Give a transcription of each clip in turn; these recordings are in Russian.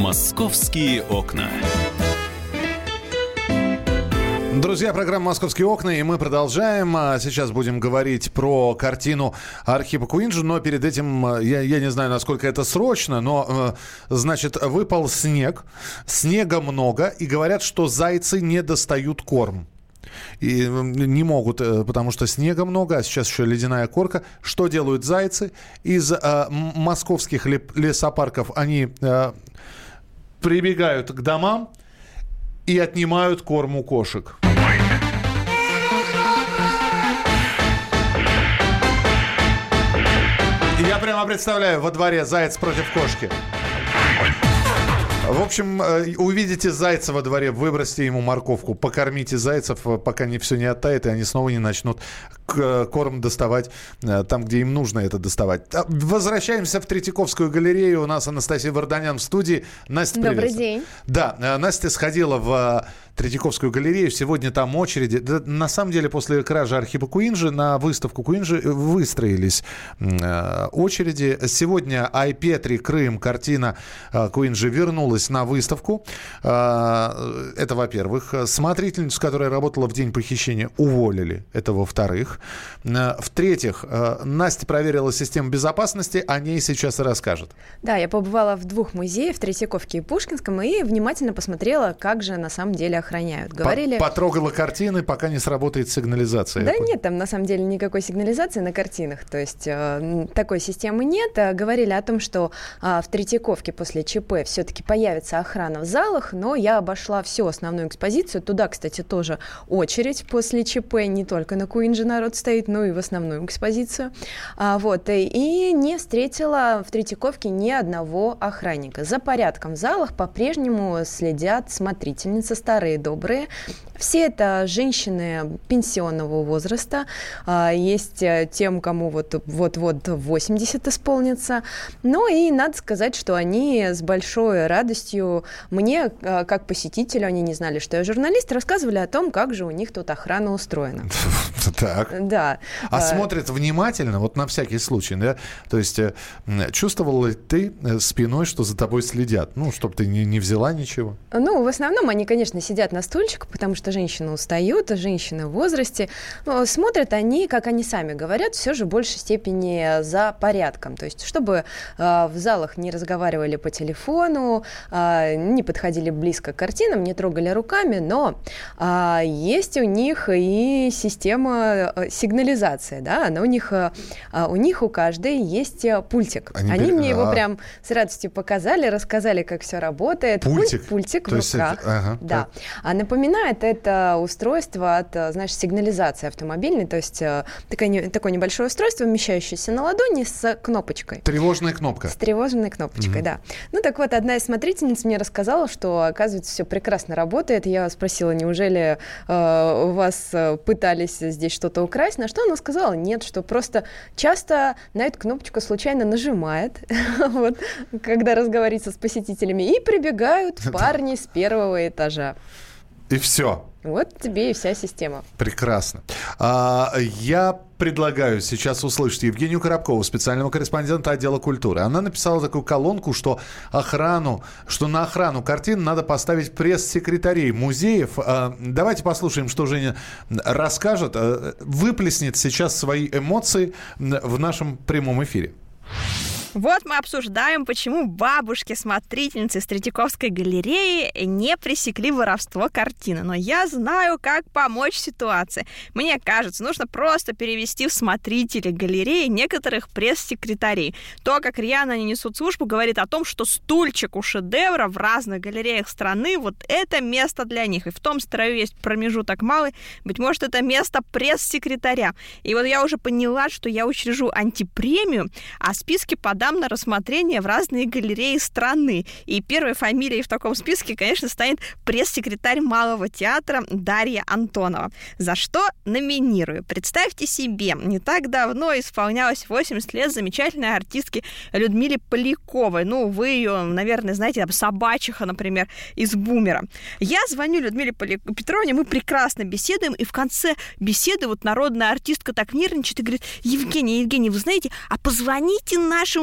«Московские окна». Друзья, программа «Московские окна», и мы продолжаем. Сейчас будем говорить про картину Архипа Куинджи, но перед этим, я не знаю, насколько это срочно, но, значит, выпал снег, снега много, и говорят, что зайцы не достают корм. И не могут, потому что снега много, а сейчас еще ледяная корка. Что делают зайцы? Из московских лесопарков они прибегают к домам и отнимают корм у кошек. Я прямо представляю, во дворе заяц против кошки. В общем, увидите зайца во дворе, выбросьте ему морковку, покормите зайцев, пока все не оттает, и они снова не начнут корм доставать там, где им нужно это доставать. Возвращаемся в Третьяковскую галерею. У нас Анастасия Варданян в студии. Настя, привет. Добрый день. Да, Настя сходила в Третьяковскую галерею. Сегодня там очереди. Да, на самом деле, после кражи Архипа Куинджи на выставку Куинджи выстроились очереди. Сегодня Айпетри, Крым, картина Куинджи вернулась на выставку. Это, во-первых. Смотрительницу, которая работала в день похищения, уволили. Это, во-вторых. В-третьих, Настя проверила систему безопасности. О ней сейчас и расскажет. Да, я побывала в 2 музеях, в Третьяковке и Пушкинском, и внимательно посмотрела, как же на самом деле охраняют. Говорили... Потрогала картины, пока не сработает сигнализация. Да нет, там на самом деле никакой сигнализации на картинах, то есть такой системы нет. Говорили о том, что в Третьяковке после ЧП все-таки появится охрана в залах, но я обошла всю основную экспозицию. Туда, кстати, тоже очередь после ЧП, не только на Куинджи народ стоит, но и в основную экспозицию. И не встретила в Третьяковке ни одного охранника. За порядком в залах по-прежнему следят смотрительницы старые, добрые. Все это женщины пенсионного возраста. Есть тем, кому вот-вот 80 исполнится. Ну и надо сказать, что они с большой радостью мне, как посетителю, они не знали, что я журналист, рассказывали о том, как же у них тут охрана устроена. Так. Да. А смотрят внимательно, вот на всякий случай, да? То есть чувствовала ли ты спиной, что за тобой следят? Ну, чтобы ты не взяла ничего? Ну, в основном они, конечно, сидят на стульчиках, потому что женщины устают, женщины в возрасте. Но смотрят они, как они сами говорят, все же в большей степени за порядком. То есть, чтобы в залах не разговаривали по телефону, не подходили близко к картинам, не трогали руками, но есть у них и система сигнализации, да, она у них у каждой есть пультик. Они мне его прям с радостью показали, рассказали, как все работает. Пультик в руках. Да. А напоминает это устройство от, знаешь, сигнализации автомобильной, то есть такое небольшое устройство, вмещающееся на ладони с кнопочкой. Тревожная кнопка. С тревожной кнопочкой, да. Ну так вот, одна из смотрительниц мне рассказала, что, оказывается, все прекрасно работает. Я спросила, неужели у вас пытались здесь что-то украсть? На что она сказала, нет, что просто часто на эту кнопочку случайно нажимает, вот, когда разговаривается с посетителями, и прибегают парни с 1-го этажа. И все. Вот тебе и вся система. Прекрасно. Я предлагаю сейчас услышать Евгению Коробкову, специального корреспондента отдела культуры. Она написала такую колонку, что на охрану картин надо поставить пресс-секретарей музеев. Давайте послушаем, что Женя расскажет. Выплеснет сейчас свои эмоции в нашем прямом эфире. Вот мы обсуждаем, почему бабушки-смотрительницы из Третьяковской галереи не пресекли воровство картины. Но я знаю, как помочь ситуации. Мне кажется, нужно просто перевести в смотрители галереи некоторых пресс-секретарей. То, как рьяно они несут службу, говорит о том, что стульчик у шедевра в разных галереях страны, вот это место для них. И в том строю есть промежуток малый. Быть может, это место пресс-секретаря. И вот я уже поняла, что я учрежу антипремию, а списки подам на рассмотрение в разные галереи страны. И первой фамилией в таком списке, конечно, станет пресс-секретарь Малого театра Дарья Антонова. За что номинирую? Представьте себе, не так давно исполнялось 80 лет замечательной артистке Людмиле Поляковой. Ну, вы ее, наверное, знаете, собачиха, например, из «Бумера». Я звоню Людмиле Петровне, мы прекрасно беседуем, и в конце беседы вот народная артистка так нервничает и говорит: Евгений, вы знаете, а позвоните нашему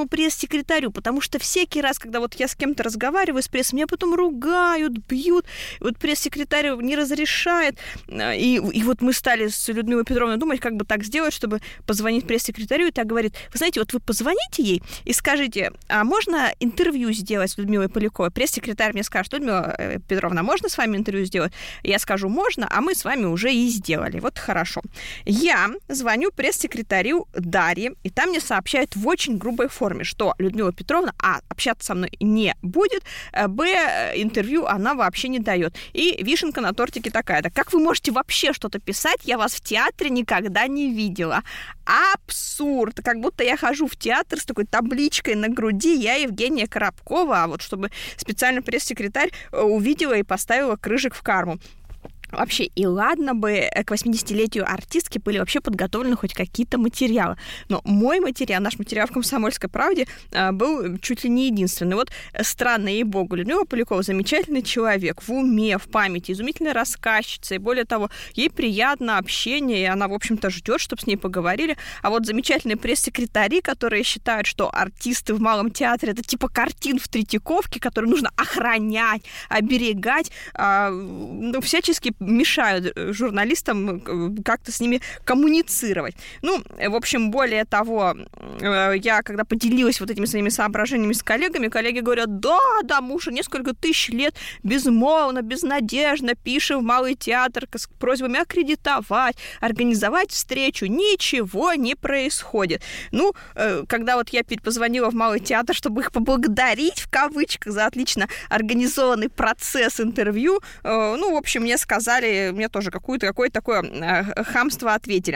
главному пресс-секретарю, потому что всякий раз, когда вот я с кем-то разговариваю с прессой, меня потом ругают, бьют, вот пресс-секретарь не разрешает, и вот мы стали с Людмилой Петровной думать, как бы так сделать, чтобы позвонить пресс-секретарю, и так говорит: вы знаете, вот вы позвоните ей и скажите, а можно интервью сделать с Людмилой Поляковой? Пресс-секретарь мне скажет: Людмила Петровна, можно с вами интервью сделать? Я скажу: можно, а мы с вами уже и сделали. Вот хорошо. Я звоню пресс-секретарю Дарье, и там мне сообщают в очень грубой форме, что Людмила Петровна, общаться со мной не будет, интервью она вообще не дает. И вишенка на тортике такая: да как вы можете вообще что-то писать? Я вас в театре никогда не видела. Абсурд! Как будто я хожу в театр с такой табличкой на груди: я Евгения Коробкова, а вот чтобы специально пресс-секретарь увидела и поставила крыжик в карму. Вообще, и ладно бы к 80-летию артистки были вообще подготовлены хоть какие-то материалы. Но мой материал, наш материал в «Комсомольской правде» был чуть ли не единственный. Вот странно, ей-богу, Людмила Полякова замечательный человек, в уме, в памяти, изумительная рассказчица, и более того, ей приятно общение, и она, в общем-то, ждет, чтобы с ней поговорили. А вот замечательные пресс-секретари, которые считают, что артисты в Малом театре — это типа картин в Третьяковке, которые нужно охранять, оберегать, всячески мешают журналистам как-то с ними коммуницировать. Ну, в общем, более того, я когда поделилась вот этими своими соображениями с коллегами, коллеги говорят: да, мы уже несколько тысяч лет безмолвно, безнадежно пишем в Малый театр с просьбами аккредитовать, организовать встречу. Ничего не происходит. Ну, когда вот я позвонила в Малый театр, чтобы их поблагодарить, в кавычках, за отлично организованный процесс интервью, в общем, мне сказали, мне тоже какое-то такое хамство ответили.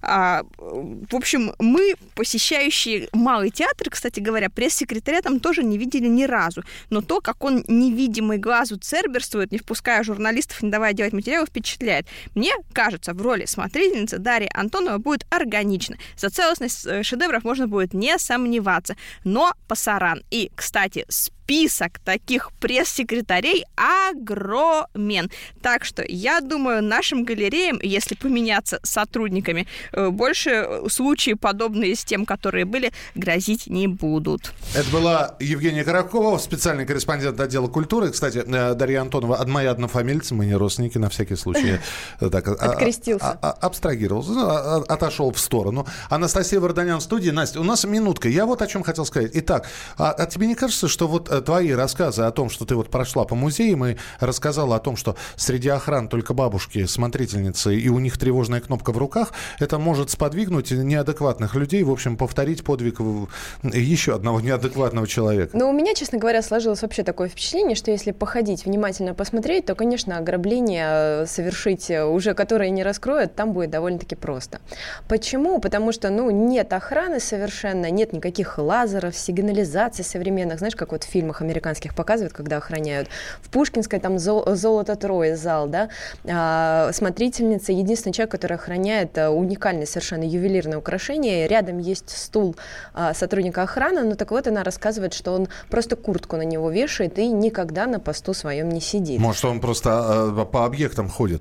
В общем, мы, посещающие Малый театр, кстати говоря, пресс-секретаря там тоже не видели ни разу. Но то, как он невидимый глазу церберствует, не впуская журналистов, не давая делать материалы, впечатляет. Мне кажется, в роли смотрительницы Дарья Антонова будет органична. За целостность шедевров можно будет не сомневаться. Но пасаран. И, кстати, список таких пресс-секретарей огромен. Так что я думаю, нашим галереям, если поменяться сотрудниками, больше случаи, подобные с тем, которые были, грозить не будут. Это была Евгения Коробкова, специальный корреспондент отдела культуры. Кстати, Дарья Антонова моя однофамильца, мы не родственники, на всякий случай. Открестился. Абстрагировался, отошел в сторону. Анастасия Варданян в студии. Настя, у нас минутка. Я вот о чем хотел сказать. Итак, а тебе не кажется, что вот твои рассказы о том, что ты вот прошла по музеям и рассказала о том, что среди охран только бабушки, смотрительницы, и у них тревожная кнопка в руках, это может сподвигнуть неадекватных людей, в общем, повторить подвиг еще одного неадекватного человека? Ну, у меня, честно говоря, сложилось вообще такое впечатление, что если походить, внимательно посмотреть, то, конечно, ограбление совершить уже, которое не раскроют, там будет довольно-таки просто. Почему? Потому что, нет охраны совершенно, нет никаких лазеров, сигнализаций современных, знаешь, как вот в фильмах американских показывают, когда охраняют. В Пушкинской там «Золото Трои» зал, да, смотрительница, единственный человек, который охраняет уникальное совершенно ювелирное украшение. Рядом есть стул сотрудника охраны, так вот она рассказывает, что он просто куртку на него вешает и никогда на посту своем не сидит. Может, он просто по объектам ходит?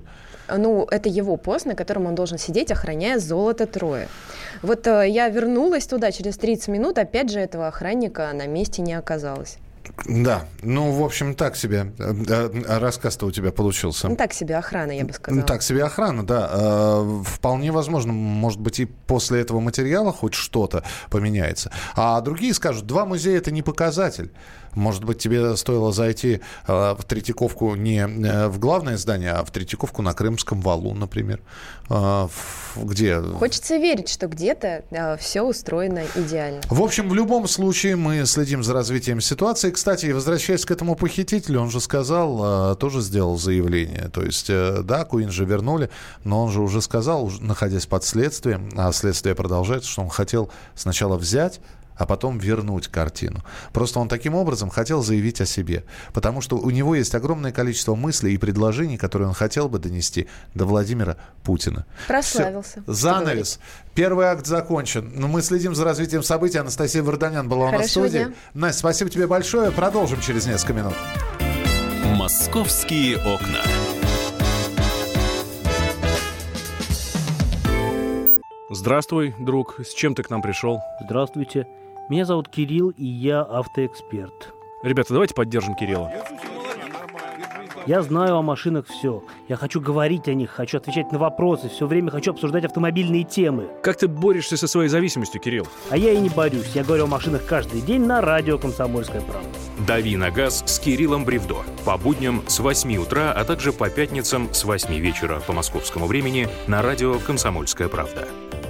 Это его пост, на котором он должен сидеть, охраняя «Золото Трои». Вот я вернулась туда через 30 минут, опять же, этого охранника на месте не оказалось. Да, в общем, так себе рассказ-то у тебя получился. Так себе охрана, я бы сказала. Так себе охрана, да. Вполне возможно, может быть, и после этого материала хоть что-то поменяется. А другие скажут: 2 музея – это не показатель. Может быть, тебе стоило зайти в Третьяковку не в главное здание, а в Третьяковку на Крымском валу, например. Где? Хочется верить, что где-то все устроено идеально. В общем, в любом случае мы следим за развитием ситуации. Кстати, возвращаясь к этому похитителю, он же сказал, тоже сделал заявление. То есть, да, Куинджи вернули, но он же уже сказал, находясь под следствием, а следствие продолжается, что он хотел сначала взять, а потом вернуть картину. Просто он таким образом хотел заявить о себе. Потому что у него есть огромное количество мыслей и предложений, которые он хотел бы донести до Владимира Путина. Прославился. Все. Занавес. Первый акт закончен. Но мы следим за развитием событий. Анастасия Варданян была у нас в студии. Дня. Настя, спасибо тебе большое. Продолжим через несколько минут. «Московские окна». Здравствуй, друг. С чем ты к нам пришел? Здравствуйте. Меня зовут Кирилл, и я автоэксперт. Ребята, давайте поддержим Кирилла. Я знаю о машинах все. Я хочу говорить о них, хочу отвечать на вопросы, все время хочу обсуждать автомобильные темы. Как ты борешься со своей зависимостью, Кирилл? А я и не борюсь. Я говорю о машинах каждый день на радио «Комсомольская правда». «Дави на газ» с Кириллом Бревдо. По будням с 8 утра, а также по пятницам с 8 вечера по московскому времени на радио «Комсомольская правда».